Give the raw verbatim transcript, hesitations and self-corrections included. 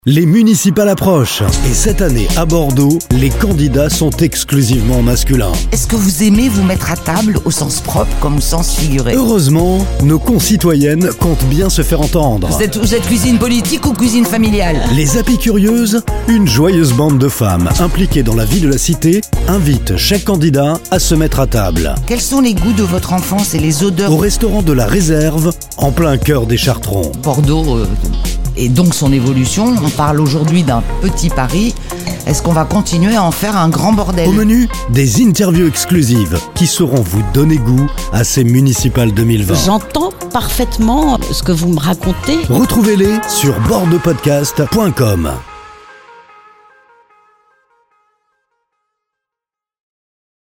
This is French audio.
Les municipales approchent et cette année à Bordeaux, les candidats sont exclusivement masculins. Est-ce que vous aimez vous mettre à table au sens propre comme au sens figuré? Heureusement, nos concitoyennes comptent bien se faire entendre. Vous êtes, vous êtes cuisine politique ou cuisine familiale? Les Happy Curieuses, une joyeuse bande de femmes impliquées dans la vie de la cité, invitent chaque candidat à se mettre à table. Quels sont les goûts de votre enfance et les odeurs? Au restaurant de la Réserve, en plein cœur des Chartrons. Bordeaux euh, et donc son évolution. On parle aujourd'hui d'un petit Paris. Est-ce qu'on va continuer à en faire un grand bordel? Au menu, des interviews exclusives qui sauront vous donner goût à ces municipales deux mille vingt. J'entends parfaitement ce que vous me racontez. Retrouvez-les sur bordeaux podcast point com.